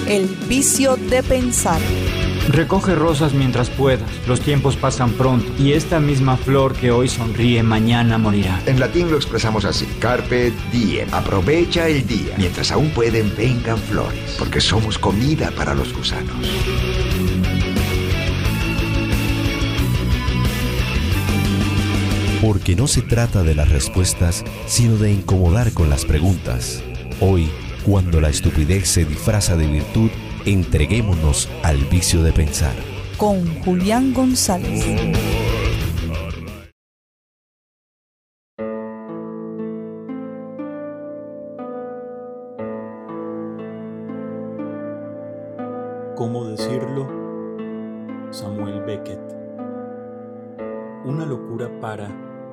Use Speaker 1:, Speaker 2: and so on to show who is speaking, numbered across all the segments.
Speaker 1: El vicio de pensar.
Speaker 2: Recoge rosas mientras puedas, los tiempos pasan pronto, y esta misma flor que hoy sonríe, mañana morirá.
Speaker 3: En latín lo expresamos así: carpe diem, aprovecha el día, mientras aún pueden vengan flores, porque somos comida para los gusanos.
Speaker 4: Porque no se trata de las respuestas, sino de incomodar con las preguntas. Hoy, cuando la estupidez se disfraza de virtud, entreguémonos al vicio de pensar.
Speaker 1: Con Julián González.
Speaker 5: ¿Cómo decirlo? Samuel Beckett. Una locura para.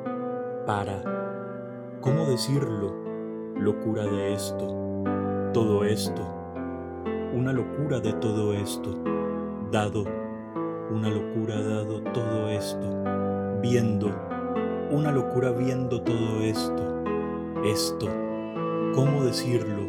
Speaker 5: ¿Cómo decirlo? Locura de esto, todo esto. Una locura de todo esto, dado. Una locura dado todo esto, viendo. Una locura viendo todo esto, esto. ¿Cómo decirlo?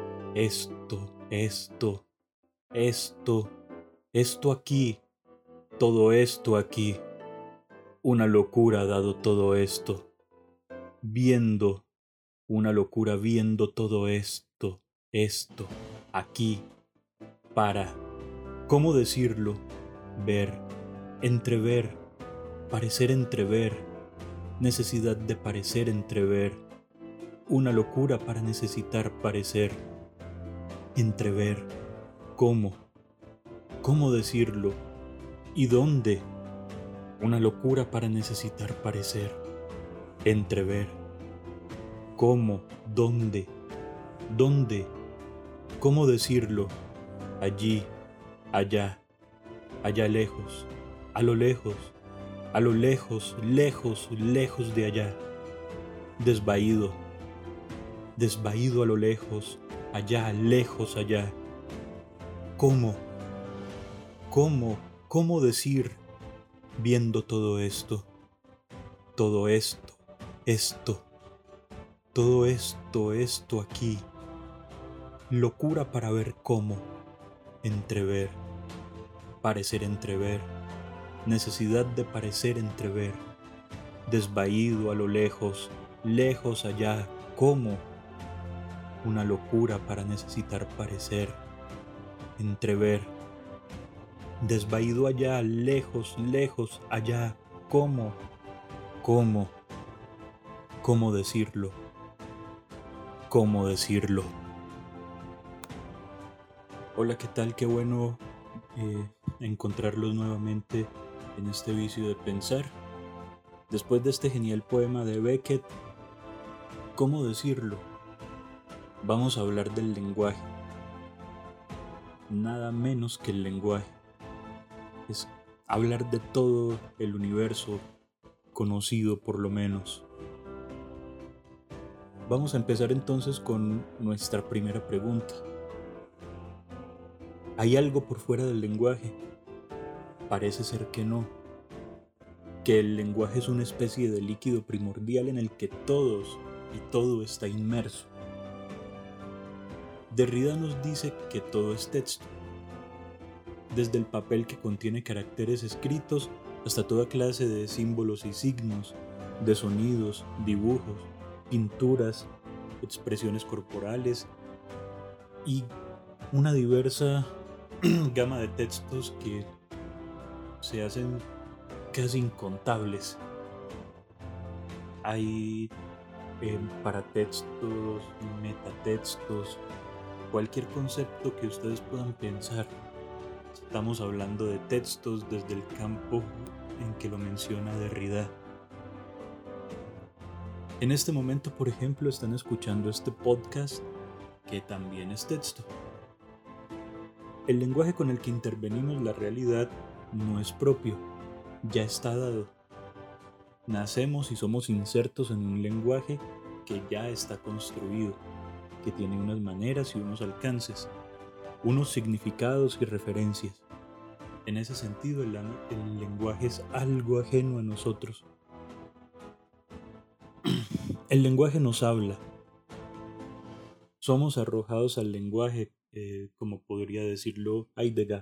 Speaker 5: Esto aquí, todo esto aquí. Una locura dado todo esto, viendo. Una locura viendo todo esto, aquí, para. ¿Cómo decirlo? Ver, entrever, parecer entrever, necesidad de parecer entrever. Una locura para necesitar parecer, entrever. ¿Cómo? ¿Cómo decirlo? ¿Y dónde? Una locura para necesitar parecer, entrever. ¿Cómo? ¿Dónde? ¿Dónde? ¿Cómo decirlo? Allí, allá, allá lejos, a lo lejos, lejos de allá. Desvaído a lo lejos, allá, lejos allá. ¿Cómo? ¿Cómo decir? Viendo todo esto, esto. Todo esto aquí. Locura para ver cómo. Entrever. Parecer entrever. Necesidad de parecer entrever. Desvaído a lo lejos, lejos allá. ¿Cómo? Una locura para necesitar parecer. Entrever. Desvaído allá, lejos allá. ¿Cómo? ¿Cómo decirlo? ¿Cómo decirlo? Hola, ¿qué tal? Qué bueno encontrarlos nuevamente en este vicio de pensar. Después de este genial poema de Beckett, ¿cómo decirlo? Vamos a hablar del lenguaje. Nada menos que el lenguaje. Es hablar de todo el universo conocido, por lo menos. Vamos a empezar entonces con nuestra primera pregunta. ¿Hay algo por fuera del lenguaje? Parece ser que no. Que el lenguaje es una especie de líquido primordial en el que todos y todo está inmerso. Derrida nos dice que todo es texto. Desde el papel que contiene caracteres escritos hasta toda clase de símbolos y signos, de sonidos, dibujos, pinturas, expresiones corporales y una diversa gama de textos que se hacen casi incontables. Hay paratextos, metatextos, cualquier concepto que ustedes puedan pensar. Estamos hablando de textos desde el campo en que lo menciona Derrida. En este momento, por ejemplo, están escuchando este podcast que también es texto. El lenguaje con el que intervenimos la realidad no es propio, ya está dado. Nacemos y somos insertos en un lenguaje que ya está construido, que tiene unas maneras y unos alcances, unos significados y referencias. En ese sentido, el lenguaje es algo ajeno a nosotros. El lenguaje nos habla. Somos arrojados al lenguaje como podría decirlo Heidegger.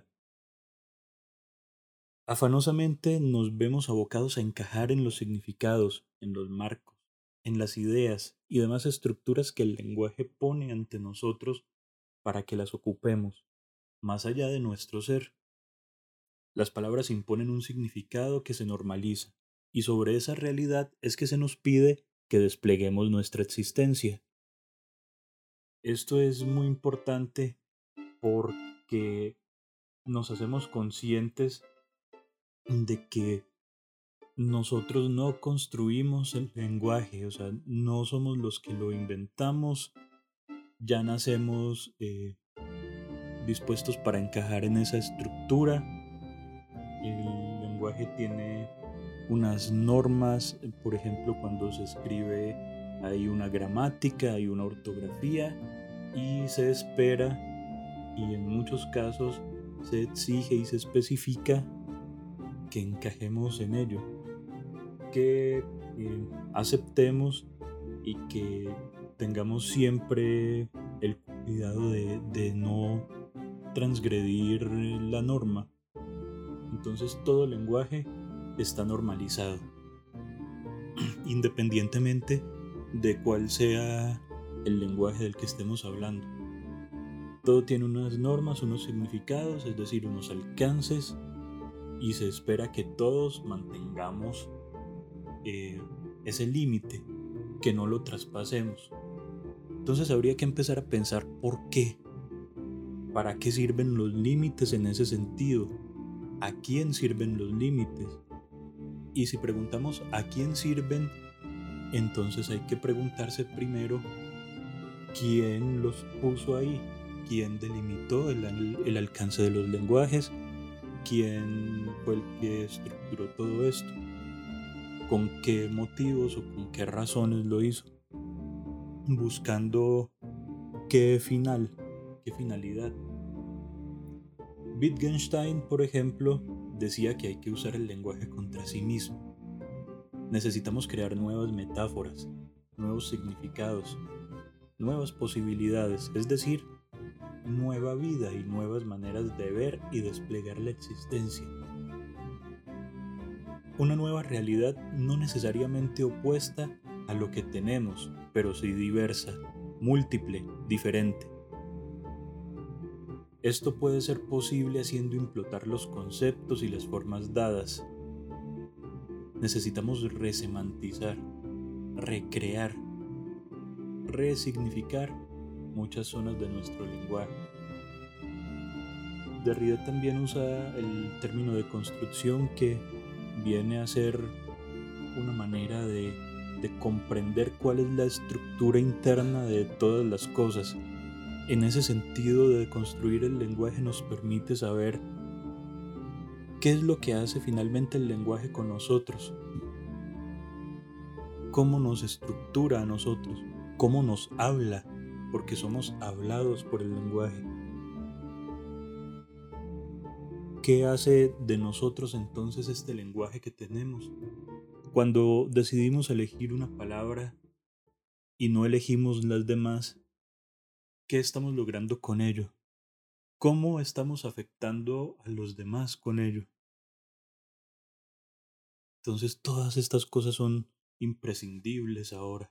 Speaker 5: Afanosamente nos vemos abocados a encajar en los significados, en los marcos, en las ideas y demás estructuras que el lenguaje pone ante nosotros para que las ocupemos, más allá de nuestro ser. Las palabras imponen un significado que se normaliza, y sobre esa realidad es que se nos pide que despleguemos nuestra existencia. Esto es muy importante porque nos hacemos conscientes de que nosotros no construimos el lenguaje, o sea, no somos los que lo inventamos, ya nacemos dispuestos para encajar en esa estructura. El lenguaje tiene unas normas, por ejemplo, cuando se escribe hay una gramática, hay una ortografía y se espera, y en muchos casos se exige y se especifica que encajemos en ello, que aceptemos y que tengamos siempre el cuidado de no transgredir la norma. Entonces todo lenguaje está normalizado, independientemente de cuál sea el lenguaje del que estemos hablando. Todo tiene unas normas, unos significados, es decir, unos alcances, y se espera que todos mantengamos ese límite, que no lo traspasemos. Entonces habría que empezar a pensar por qué, para qué sirven los límites en ese sentido, a quién sirven los límites. Y si preguntamos a quién sirven, entonces hay que preguntarse primero quién los puso ahí, quién delimitó el alcance de los lenguajes, quién fue el que estructuró todo esto, con qué motivos o con qué razones lo hizo, buscando qué finalidad. Wittgenstein, por ejemplo, decía que hay que usar el lenguaje contra sí mismo. Necesitamos crear nuevas metáforas, nuevos significados, nuevas posibilidades, es decir, nueva vida y nuevas maneras de ver y desplegar la existencia. Una nueva realidad no necesariamente opuesta a lo que tenemos, pero sí diversa, múltiple, diferente. Esto puede ser posible haciendo implotar los conceptos y las formas dadas. Necesitamos resemantizar, recrear, resignificar muchas zonas de nuestro lenguaje. Derrida también usa el término de construcción, que viene a ser una manera de comprender cuál es la estructura interna de todas las cosas. En ese sentido, de construir el lenguaje nos permite saber qué es lo que hace finalmente el lenguaje con nosotros, cómo nos estructura a nosotros, cómo nos habla, porque somos hablados por el lenguaje. ¿Qué hace de nosotros entonces este lenguaje que tenemos? Cuando decidimos elegir una palabra y no elegimos las demás, ¿qué estamos logrando con ello? ¿Cómo estamos afectando a los demás con ello? Entonces todas estas cosas son imprescindibles ahora.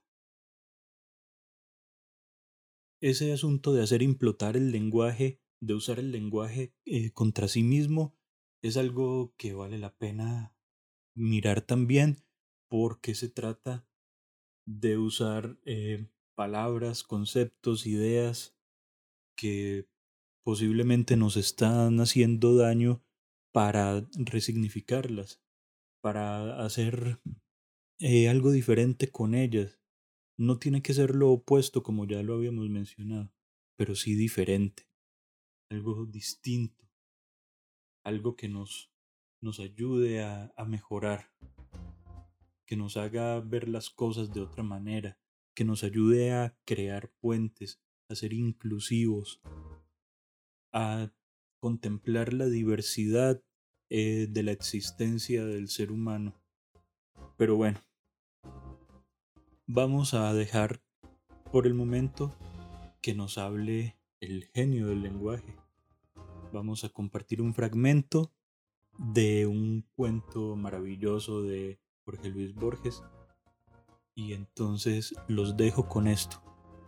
Speaker 5: Ese asunto de hacer implotar el lenguaje, de usar el lenguaje contra sí mismo, es algo que vale la pena mirar también, porque se trata de usar palabras, conceptos, ideas que posiblemente nos están haciendo daño, para resignificarlas, para hacer algo diferente con ellas. No tiene que ser lo opuesto, como ya lo habíamos mencionado, pero sí diferente, algo distinto, algo que nos ayude a mejorar, que nos haga ver las cosas de otra manera, que nos ayude a crear puentes, a ser inclusivos, a contemplar la diversidad de la existencia del ser humano. Pero bueno, vamos a dejar por el momento que nos hable el genio del lenguaje. Vamos a compartir un fragmento de un cuento maravilloso de Jorge Luis Borges y entonces los dejo con esto.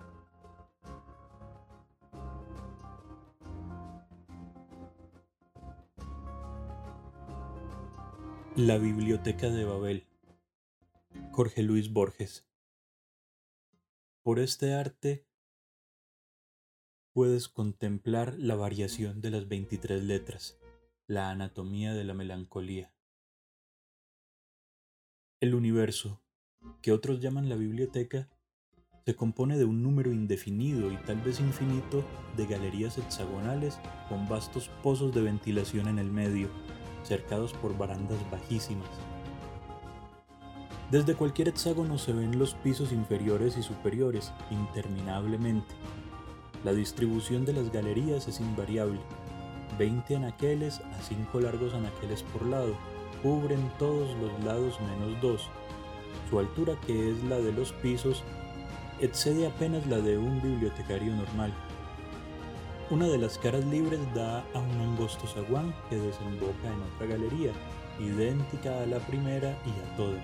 Speaker 5: La Biblioteca de Babel, Jorge Luis Borges. Por este arte puedes contemplar la variación de las 23 letras, la anatomía de la melancolía. El universo, que otros llaman la biblioteca, se compone de un número indefinido y tal vez infinito de galerías hexagonales con vastos pozos de ventilación en el medio, cercados por barandas bajísimas. Desde cualquier hexágono se ven los pisos inferiores y superiores interminablemente. La distribución de las galerías es invariable. 20 anaqueles a 5 largos anaqueles por lado cubren todos los lados menos 2. Su altura, que es la de los pisos, excede apenas la de un bibliotecario normal. Una de las caras libres da a un angosto zaguán que desemboca en otra galería, idéntica a la primera y a toda.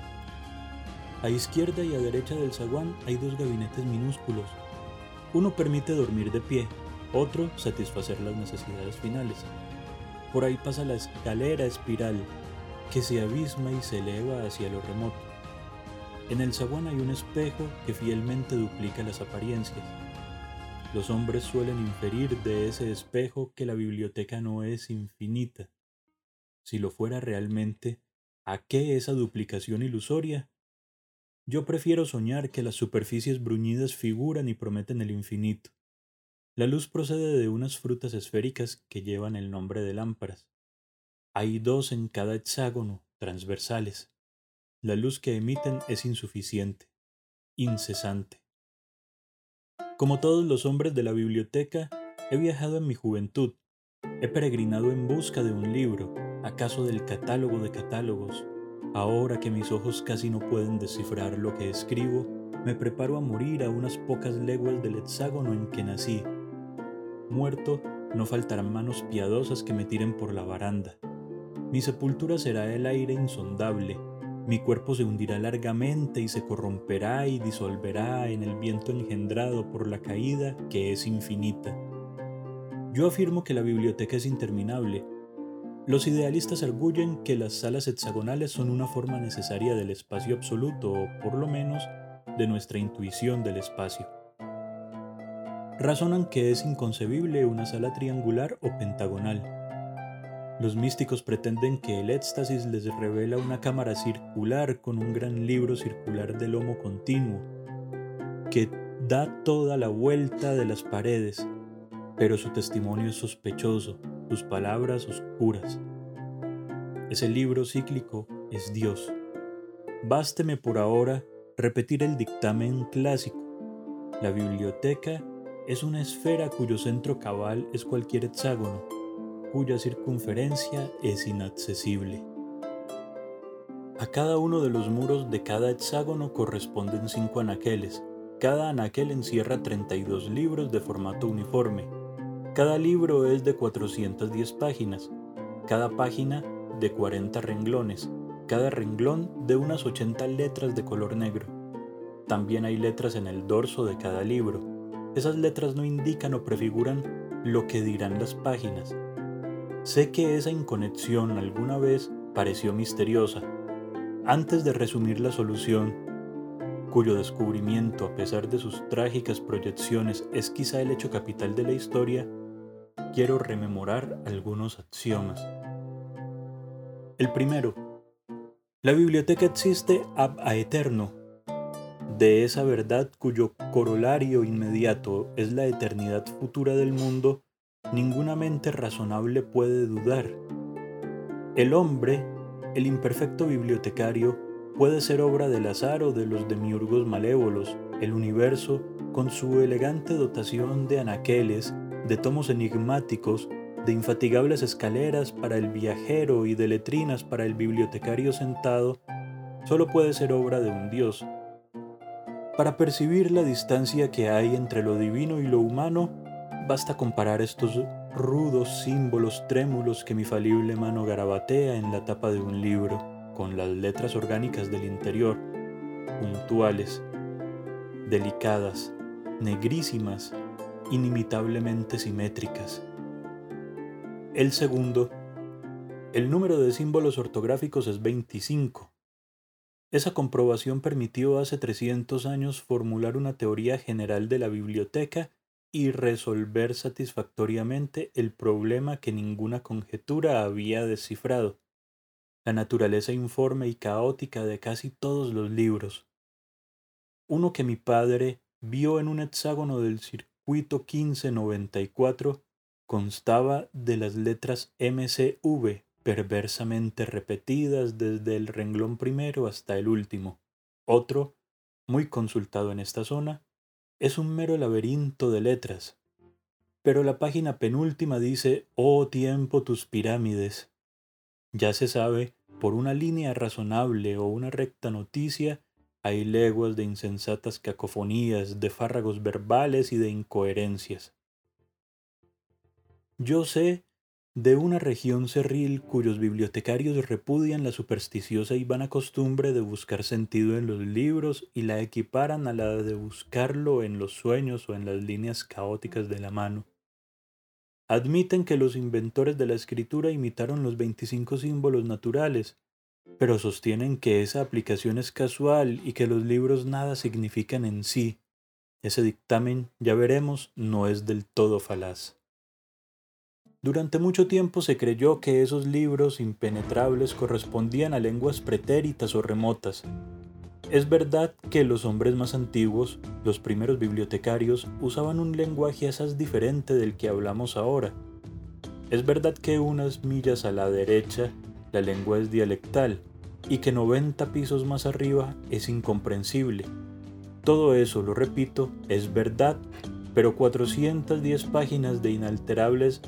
Speaker 5: A izquierda y a derecha del zaguán hay 2 gabinetes minúsculos. Uno permite dormir de pie, otro satisfacer las necesidades finales. Por ahí pasa la escalera espiral, que se abisma y se eleva hacia lo remoto. En el zaguán hay un espejo que fielmente duplica las apariencias. Los hombres suelen inferir de ese espejo que la biblioteca no es infinita. Si lo fuera realmente, ¿a qué esa duplicación ilusoria? Yo prefiero soñar que las superficies bruñidas figuran y prometen el infinito. La luz procede de unas frutas esféricas que llevan el nombre de lámparas. Hay 2 en cada hexágono, transversales. La luz que emiten es insuficiente, incesante. Como todos los hombres de la biblioteca, he viajado en mi juventud. He peregrinado en busca de un libro, acaso del catálogo de catálogos. Ahora que mis ojos casi no pueden descifrar lo que escribo, me preparo a morir a unas pocas leguas del hexágono en que nací. Muerto, no faltarán manos piadosas que me tiren por la baranda. Mi sepultura será el aire insondable. Mi cuerpo se hundirá largamente y se corromperá y disolverá en el viento engendrado por la caída que es infinita. Yo afirmo que la biblioteca es interminable. Los idealistas arguyen que las salas hexagonales son una forma necesaria del espacio absoluto, o por lo menos de nuestra intuición del espacio. Razonan que es inconcebible una sala triangular o pentagonal. Los místicos pretenden que el éxtasis les revela una cámara circular con un gran libro circular de lomo continuo, que da toda la vuelta de las paredes, pero su testimonio es sospechoso, sus palabras oscuras. Ese libro cíclico es Dios. Básteme por ahora repetir el dictamen clásico. La biblioteca es una esfera cuyo centro cabal es cualquier hexágono, cuya circunferencia es inaccesible. A cada uno de los muros de cada hexágono corresponden 5 anaqueles. Cada anaquel encierra 32 libros de formato uniforme. Cada libro es de 410 páginas. Cada página de 40 renglones. Cada renglón de unas 80 letras de color negro. También hay letras en el dorso de cada libro. Esas letras no indican o prefiguran lo que dirán las páginas. Sé que esa inconexión alguna vez pareció misteriosa. Antes de resumir la solución, cuyo descubrimiento, a pesar de sus trágicas proyecciones, es quizá el hecho capital de la historia, quiero rememorar algunos axiomas. El primero, la biblioteca existe ab aeterno, de esa verdad cuyo corolario inmediato es la eternidad futura del mundo. Ninguna mente razonable puede dudar. El hombre, el imperfecto bibliotecario, puede ser obra del azar o de los demiurgos malévolos. El universo, con su elegante dotación de anaqueles, de tomos enigmáticos, de infatigables escaleras para el viajero y de letrinas para el bibliotecario sentado, solo puede ser obra de un Dios. Para percibir la distancia que hay entre lo divino y lo humano, Basta comparar estos rudos símbolos trémulos que mi falible mano garabatea en la tapa de un libro, con las letras orgánicas del interior, puntuales, delicadas, negrísimas, inimitablemente simétricas. El segundo, el número de símbolos ortográficos es 25. Esa comprobación permitió hace 300 años formular una teoría general de la biblioteca y resolver satisfactoriamente el problema que ninguna conjetura había descifrado: la naturaleza informe y caótica de casi todos los libros. Uno que mi padre vio en un hexágono del circuito 1594 constaba de las letras MCV perversamente repetidas desde el renglón primero hasta el último. Otro, muy consultado en esta zona, es un mero laberinto de letras. Pero la página penúltima dice: «Oh tiempo, tus pirámides». Ya se sabe, por una línea razonable o una recta noticia, hay leguas de insensatas cacofonías, de fárragos verbales y de incoherencias. Yo sé de una región cerril cuyos bibliotecarios repudian la supersticiosa y vana costumbre de buscar sentido en los libros y la equiparan a la de buscarlo en los sueños o en las líneas caóticas de la mano. Admiten que los inventores de la escritura imitaron los 25 símbolos naturales, pero sostienen que esa aplicación es casual y que los libros nada significan en sí. Ese dictamen, ya veremos, no es del todo falaz. Durante mucho tiempo se creyó que esos libros impenetrables correspondían a lenguas pretéritas o remotas. Es verdad que los hombres más antiguos, los primeros bibliotecarios, usaban un lenguaje asaz diferente del que hablamos ahora. Es verdad que unas millas a la derecha la lengua es dialectal y que 90 pisos más arriba es incomprensible. Todo eso, lo repito, es verdad, pero 410 páginas de inalterables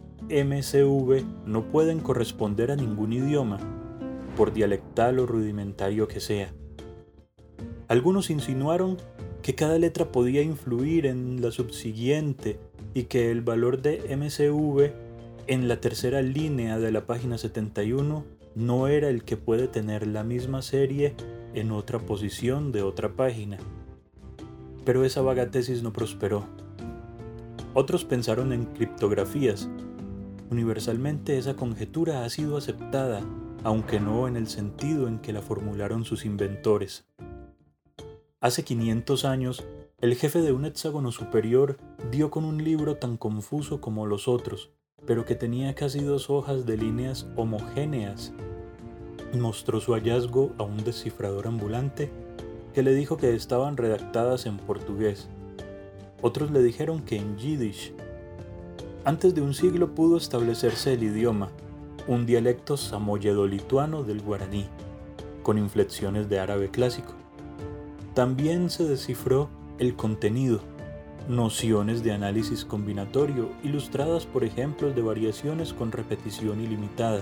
Speaker 5: MCV no pueden corresponder a ningún idioma, por dialectal o rudimentario que sea. Algunos insinuaron que cada letra podía influir en la subsiguiente y que el valor de MCV en la tercera línea de la página 71 no era el que puede tener la misma serie en otra posición de otra página. Pero esa vaga tesis no prosperó. Otros pensaron en criptografías. Universalmente esa conjetura ha sido aceptada, aunque no en el sentido en que la formularon sus inventores. Hace 500 años, el jefe de un hexágono superior dio con un libro tan confuso como los otros, pero que tenía casi 2 hojas de líneas homogéneas, y mostró su hallazgo a un descifrador ambulante que le dijo que estaban redactadas en portugués. Otros le dijeron que en yiddish. Antes de un siglo pudo establecerse el idioma, un dialecto samoyedo-lituano del guaraní, con inflexiones de árabe clásico. También se descifró el contenido, nociones de análisis combinatorio, ilustradas por ejemplos de variaciones con repetición ilimitada.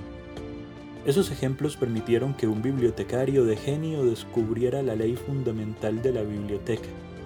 Speaker 5: Esos ejemplos permitieron que un bibliotecario de genio descubriera la ley fundamental de la biblioteca.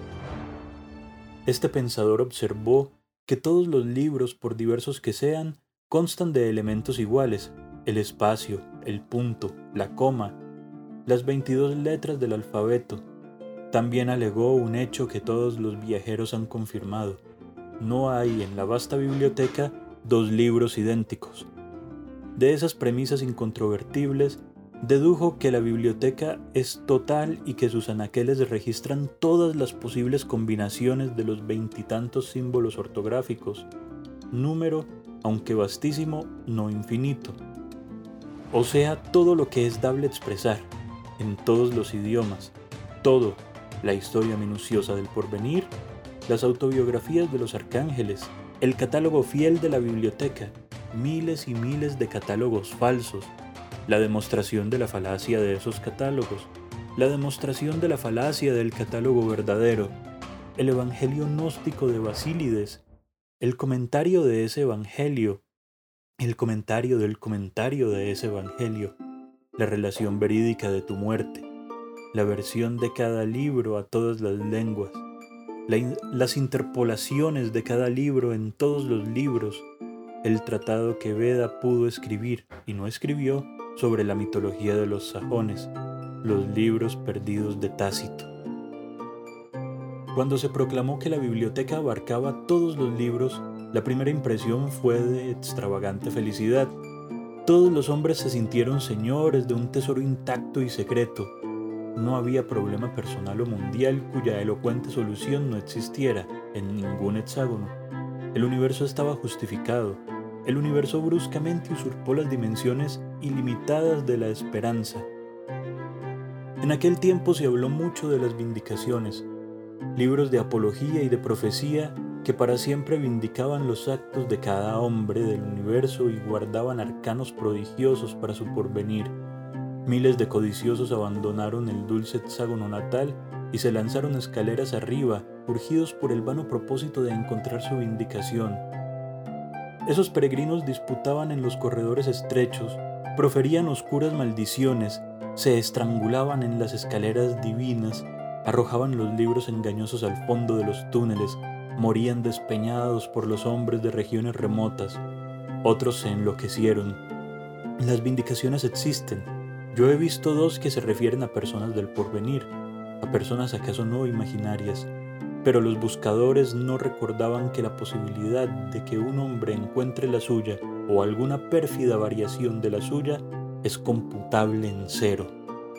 Speaker 5: Este pensador observó que todos los libros, por diversos que sean, constan de elementos iguales: el espacio, el punto, la coma, las 22 letras del alfabeto. También alegó un hecho que todos los viajeros han confirmado: no hay en la vasta biblioteca 2 libros idénticos. De esas premisas incontrovertibles, dedujo que la biblioteca es total y que sus anaqueles registran todas las posibles combinaciones de los 20 y tantos símbolos ortográficos, número, aunque vastísimo, no infinito. O sea, todo lo que es dable expresar, en todos los idiomas, todo, la historia minuciosa del porvenir, las autobiografías de los arcángeles, el catálogo fiel de la biblioteca, miles y miles de catálogos falsos, la demostración de la falacia de esos catálogos, la demostración de la falacia del catálogo verdadero, el evangelio gnóstico de Basílides, el comentario de ese evangelio, el comentario del comentario de ese evangelio, la relación verídica de tu muerte, la versión de cada libro a todas las lenguas, las interpolaciones de cada libro en todos los libros, el tratado que Beda pudo escribir y no escribió sobre la mitología de los sajones, los libros perdidos de Tácito. Cuando se proclamó que la biblioteca abarcaba todos los libros, la primera impresión fue de extravagante felicidad. Todos los hombres se sintieron señores de un tesoro intacto y secreto. No había problema personal o mundial cuya elocuente solución no existiera en ningún hexágono. El universo estaba justificado. El universo bruscamente usurpó las dimensiones ilimitadas de la esperanza. En aquel tiempo se habló mucho de las vindicaciones, libros de apología y de profecía que para siempre vindicaban los actos de cada hombre del universo y guardaban arcanos prodigiosos para su porvenir. Miles de codiciosos abandonaron el dulce hexágono natal y se lanzaron escaleras arriba, urgidos por el vano propósito de encontrar su vindicación. Esos peregrinos disputaban en los corredores estrechos, proferían oscuras maldiciones, se estrangulaban en las escaleras divinas, arrojaban los libros engañosos al fondo de los túneles, morían despeñados por los hombres de regiones remotas. Otros se enloquecieron. Las vindicaciones existen. Yo he visto dos que se refieren a personas del porvenir, a personas acaso no imaginarias, pero los buscadores no recordaban que la posibilidad de que un hombre encuentre la suya o alguna pérfida variación de la suya es computable en cero.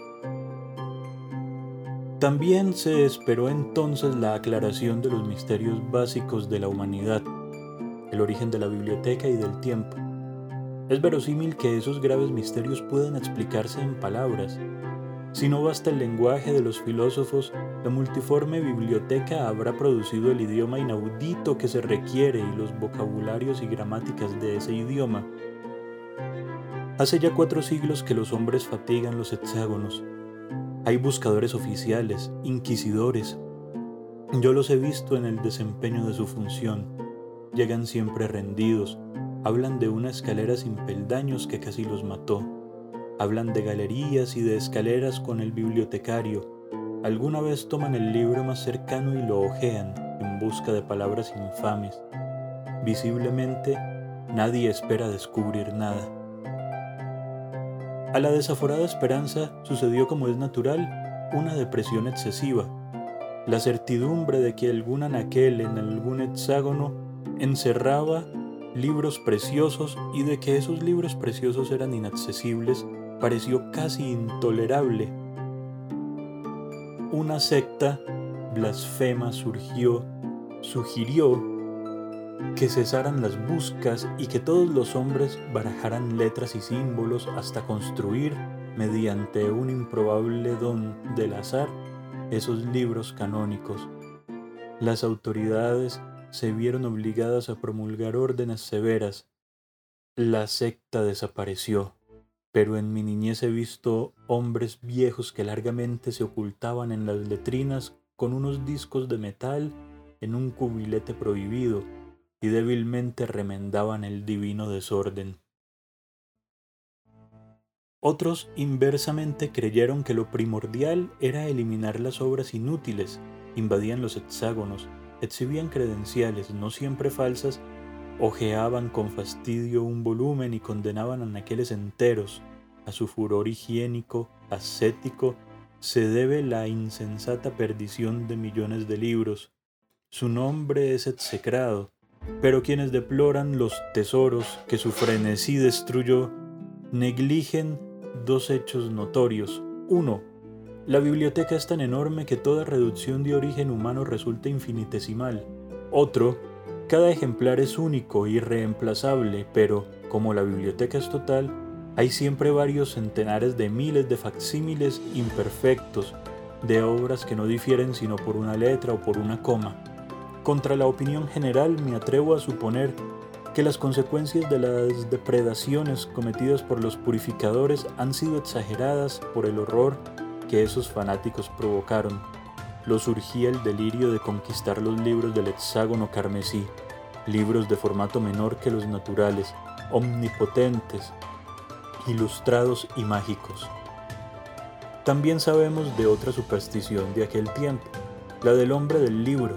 Speaker 5: También se esperó entonces la aclaración de los misterios básicos de la humanidad, el origen de la biblioteca y del tiempo. Es verosímil que esos graves misterios puedan explicarse en palabras. Si no basta el lenguaje de los filósofos, la multiforme biblioteca habrá producido el idioma inaudito que se requiere y los vocabularios y gramáticas de ese idioma. Hace ya 4 siglos que los hombres fatigan los hexágonos. Hay buscadores oficiales, inquisidores. Yo los he visto en el desempeño de su función. Llegan siempre rendidos. Hablan de una escalera sin peldaños que casi los mató. Hablan de galerías y de escaleras con el bibliotecario. Alguna vez toman el libro más cercano y lo hojean en busca de palabras infames. Visiblemente, nadie espera descubrir nada. A la desaforada esperanza sucedió, como es natural, una depresión excesiva. La certidumbre de que algún anaquel en algún hexágono encerraba libros preciosos y de que esos libros preciosos eran inaccesibles pareció casi intolerable. Una secta blasfema sugirió que cesaran las buscas y que todos los hombres barajaran letras y símbolos hasta construir, mediante un improbable don del azar, esos libros canónicos. Las autoridades se vieron obligadas a promulgar órdenes severas. La secta desapareció, pero en mi niñez he visto hombres viejos que largamente se ocultaban en las letrinas con unos discos de metal en un cubilete prohibido y débilmente remendaban el divino desorden. Otros inversamente creyeron que lo primordial era eliminar las obras inútiles, invadían los hexágonos, exhibían credenciales, no siempre falsas, hojeaban con fastidio un volumen y condenaban anaqueles enteros. A su furor higiénico, ascético, se debe la insensata perdición de millones de libros. Su nombre es execrado, pero quienes deploran los tesoros que su frenesí destruyó, negligen 2 hechos notorios. 1. La biblioteca es tan enorme que toda reducción de origen humano resulta infinitesimal. Otro, cada ejemplar es único, irreemplazable, pero, como la biblioteca es total, hay siempre varios centenares de miles de facsímiles imperfectos, de obras que no difieren sino por una letra o por una coma. Contra la opinión general me atrevo a suponer que las consecuencias de las depredaciones cometidas por los purificadores han sido exageradas por el horror que esos fanáticos provocaron. Los urgía el delirio de conquistar los libros del hexágono carmesí, libros de formato menor que los naturales, omnipotentes, ilustrados y mágicos. También sabemos de otra superstición de aquel tiempo, la del hombre del libro,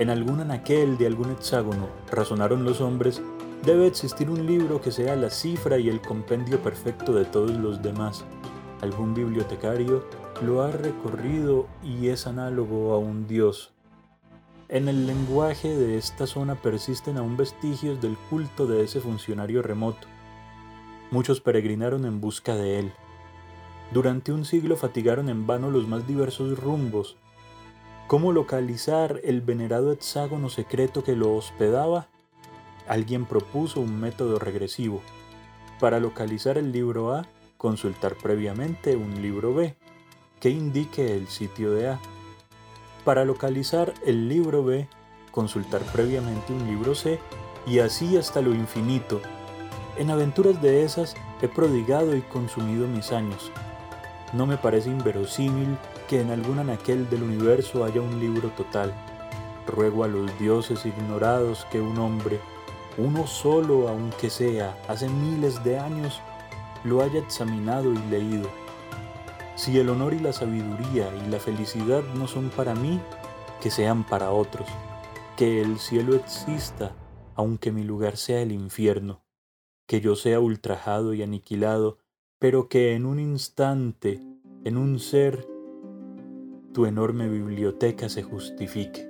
Speaker 5: En algún anaquel de algún hexágono, razonaron los hombres, debe existir un libro que sea la cifra y el compendio perfecto de todos los demás. Algún bibliotecario lo ha recorrido y es análogo a un dios. En el lenguaje de esta zona persisten aún vestigios del culto de ese funcionario remoto. Muchos peregrinaron en busca de él. Durante un siglo fatigaron en vano los más diversos rumbos. ¿Cómo localizar el venerado hexágono secreto que lo hospedaba? Alguien propuso un método regresivo. Para localizar el libro A, consultar previamente un libro B, que indique el sitio de A. Para localizar el libro B, consultar previamente un libro C, y así hasta lo infinito. En aventuras de esas he prodigado y consumido mis años. No me parece inverosímil que en algún anaquel del universo haya un libro total. Ruego a los dioses ignorados que un hombre, uno solo aunque sea, hace miles de años, lo haya examinado y leído. Si el honor y la sabiduría y la felicidad no son para mí, que sean para otros. Que el cielo exista, aunque mi lugar sea el infierno. Que yo sea ultrajado y aniquilado, pero que en un instante, en un ser, tu enorme biblioteca se justifique.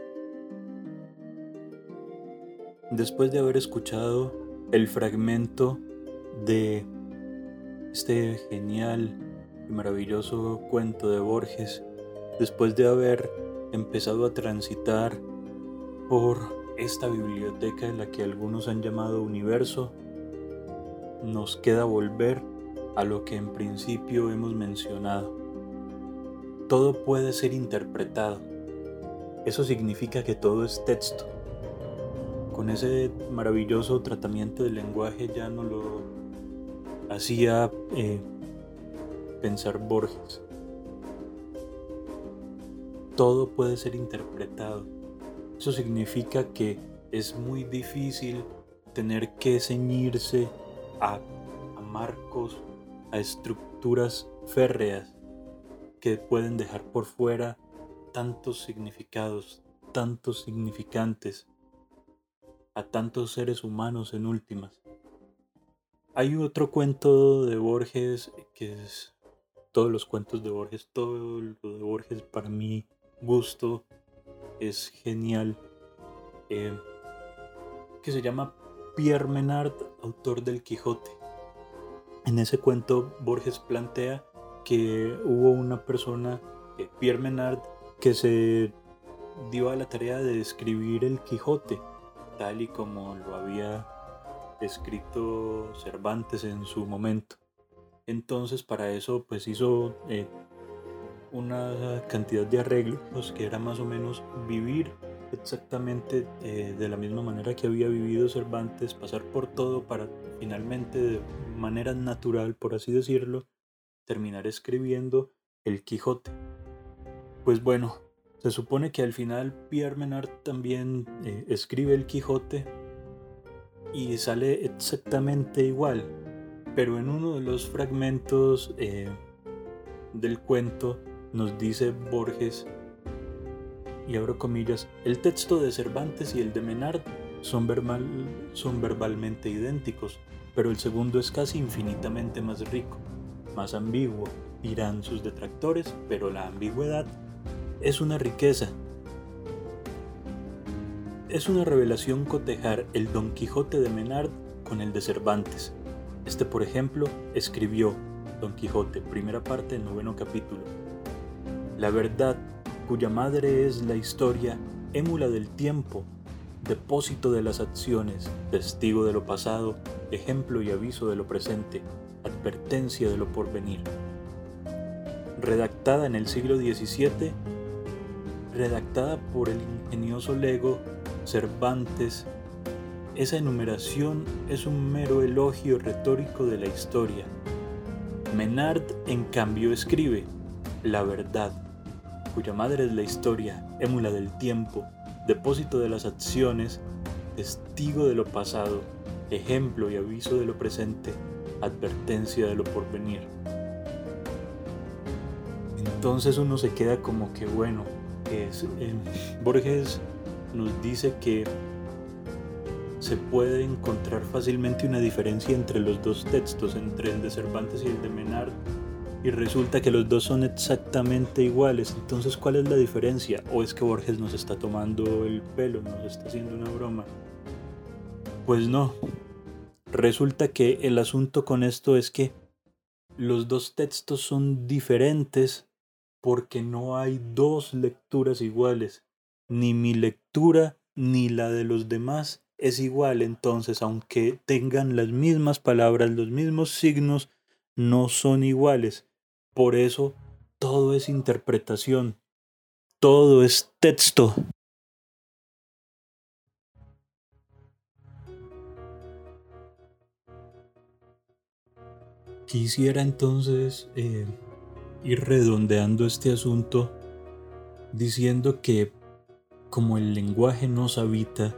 Speaker 5: Después de haber escuchado el fragmento de este genial y maravilloso cuento de Borges, después de haber empezado a transitar por esta biblioteca en la que algunos han llamado universo, nos queda volver a lo que en principio hemos mencionado. Todo puede ser interpretado. Eso significa que todo es texto. Con ese maravilloso tratamiento del lenguaje ya no lo hacía pensar Borges. Todo puede ser interpretado. Eso significa que es muy difícil tener que ceñirse a marcos, a estructuras férreas que pueden dejar por fuera tantos significados, tantos significantes, a tantos seres humanos en últimas. Hay otro cuento de Borges que es todos los cuentos de Borges, todo lo de Borges para mi gusto es genial, que se llama Pierre Menard, autor del Quijote. En ese cuento Borges plantea que hubo una persona, Pierre Menard, que se dio a la tarea de escribir el Quijote, tal y como lo había escrito Cervantes en su momento. Entonces para eso pues hizo una cantidad de arreglos que era más o menos vivir exactamente de la misma manera que había vivido Cervantes, pasar por todo para finalmente de manera natural, por así decirlo, terminar escribiendo el Quijote. Pues bueno, se supone que al final Pierre Menard también escribe el Quijote y sale exactamente igual, pero en uno de los fragmentos del cuento nos dice Borges, y abro comillas, el texto de Cervantes y el de Menard son verbalmente idénticos, pero el segundo es casi infinitamente más rico, más ambiguo, dirán sus detractores, pero la ambigüedad es una riqueza. Es una revelación cotejar el Don Quijote de Menard con el de Cervantes. Este, por ejemplo, escribió Don Quijote, primera parte, 9º capítulo. La verdad, cuya madre es la historia, émula del tiempo, depósito de las acciones, testigo de lo pasado, ejemplo y aviso de lo presente, advertencia de lo porvenir. Redactada en el siglo XVII, redactada por el ingenioso lego Cervantes, esa enumeración es un mero elogio retórico de la historia. Menard, en cambio, escribe la verdad, cuya madre es la historia, émula del tiempo, depósito de las acciones, testigo de lo pasado, ejemplo y aviso de lo presente, advertencia de lo porvenir. Entonces uno se queda como que bueno, Borges nos dice que se puede encontrar fácilmente una diferencia entre los dos textos, entre el de Cervantes y el de Menard, y resulta que los dos son exactamente iguales. Entonces, ¿cuál es la diferencia? ¿O es que Borges nos está tomando el pelo, nos está haciendo una broma? Pues no. Resulta que el asunto con esto es que los dos textos son diferentes porque no hay dos lecturas iguales. Ni mi lectura ni la de los demás es igual. Entonces, aunque tengan las mismas palabras, los mismos signos, no son iguales. Por eso, todo es interpretación. Todo es texto. Quisiera entonces ir redondeando este asunto diciendo que como el lenguaje nos habita,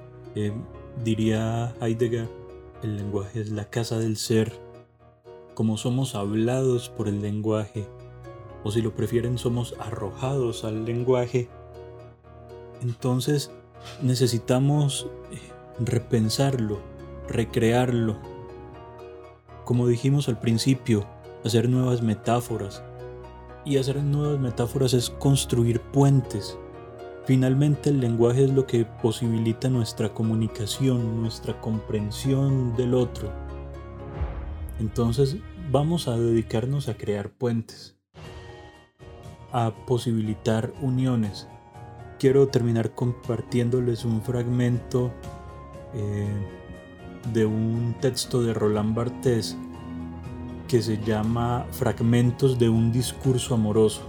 Speaker 5: diría Heidegger, el lenguaje es la casa del ser. Como somos hablados por el lenguaje, o si lo prefieren, somos arrojados al lenguaje, entonces necesitamos repensarlo, recrearlo. Como dijimos al principio, hacer nuevas metáforas. Y hacer nuevas metáforas es construir puentes. Finalmente el lenguaje es lo que posibilita nuestra comunicación, nuestra comprensión del otro. Entonces vamos a dedicarnos a crear puentes, a posibilitar uniones. Quiero terminar compartiéndoles un fragmento de un texto de Roland Barthes que se llama Fragmentos de un discurso amoroso.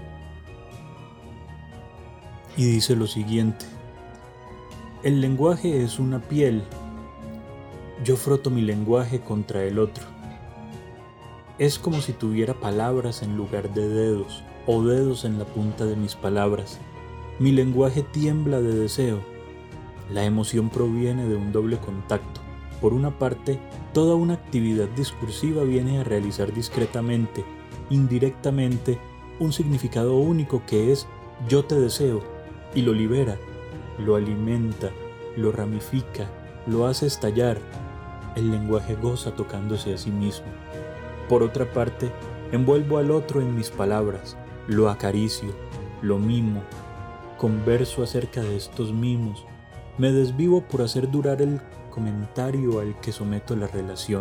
Speaker 5: Y dice lo siguiente: el lenguaje es una piel. Yo froto mi lenguaje contra el otro. Es como si tuviera palabras en lugar de dedos, o dedos en la punta de mis palabras. Mi lenguaje tiembla de deseo. La emoción proviene de un doble contacto. Por una parte, toda una actividad discursiva viene a realizar discretamente, indirectamente, un significado único que es yo te deseo, y lo libera, lo alimenta, lo ramifica, lo hace estallar. El lenguaje goza tocándose a sí mismo. Por otra parte, envuelvo al otro en mis palabras, lo acaricio, lo mimo, converso acerca de estos mimos, me desvivo por hacer durar el comentario al que someto la relación.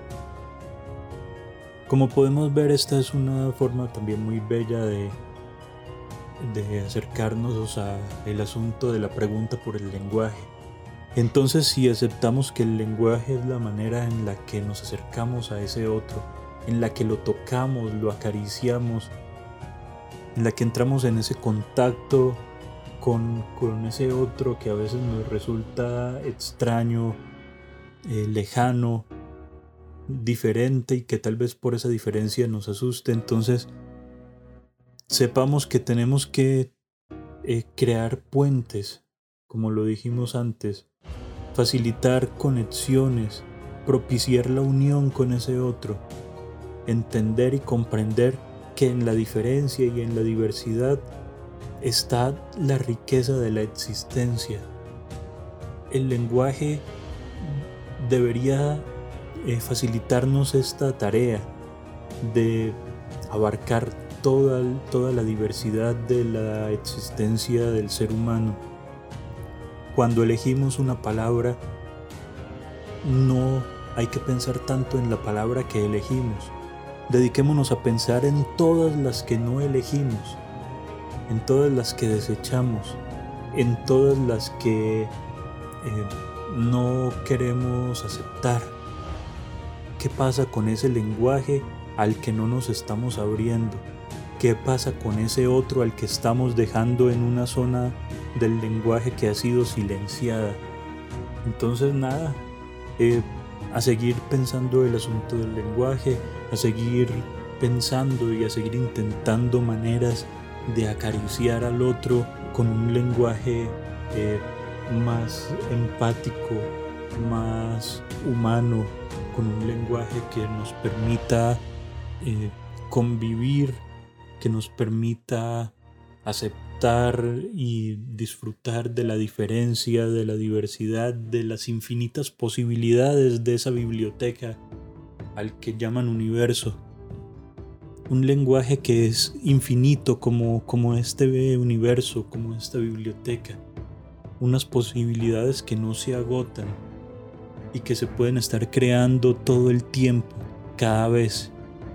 Speaker 5: Como podemos ver, esta es una forma también muy bella de acercarnos al asunto de la pregunta por el lenguaje. Entonces, si aceptamos que el lenguaje es la manera en la que nos acercamos a ese otro, en la que lo tocamos, lo acariciamos, en la que entramos en ese contacto con ese otro que a veces nos resulta extraño, lejano, diferente, y que tal vez por esa diferencia nos asuste, entonces sepamos que tenemos que crear puentes, como lo dijimos antes, facilitar conexiones, propiciar la unión con ese otro, entender y comprender que en la diferencia y en la diversidad está la riqueza de la existencia. El lenguaje debería facilitarnos esta tarea de abarcar toda la diversidad de la existencia del ser humano. Cuando elegimos una palabra, no hay que pensar tanto en la palabra que elegimos. Dediquémonos a pensar en todas las que no elegimos, en todas las que desechamos, en todas las que no queremos aceptar. ¿Qué pasa con ese lenguaje al que no nos estamos abriendo? ¿Qué pasa con ese otro al que estamos dejando en una zona del lenguaje que ha sido silenciada? Entonces nada, a seguir pensando el asunto del lenguaje, a seguir pensando y a seguir intentando maneras de acariciar al otro con un lenguaje más empático, más humano, con un lenguaje que nos permita convivir, que nos permita aceptar aceptar y disfrutar de la diferencia, de la diversidad, de las infinitas posibilidades de esa biblioteca al que llaman universo. Un lenguaje que es infinito como este universo, como esta biblioteca. Unas posibilidades que no se agotan y que se pueden estar creando todo el tiempo, cada vez.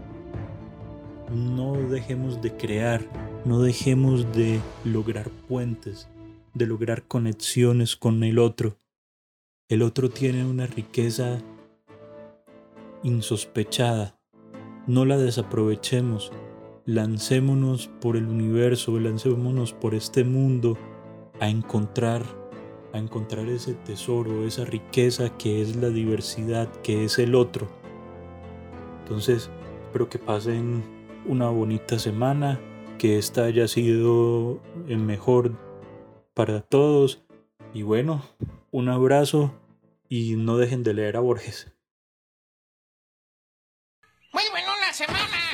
Speaker 5: No dejemos de crear, no dejemos de lograr puentes, de lograr conexiones con el otro. El otro tiene una riqueza insospechada. No la desaprovechemos. Lancémonos por el universo, lancémonos por este mundo a encontrar ese tesoro, esa riqueza que es la diversidad, que es el otro. Entonces, espero que pasen una bonita semana, que esta haya sido mejor para todos. Y bueno, un abrazo y no dejen de leer a Borges.
Speaker 6: Muy bueno la semana.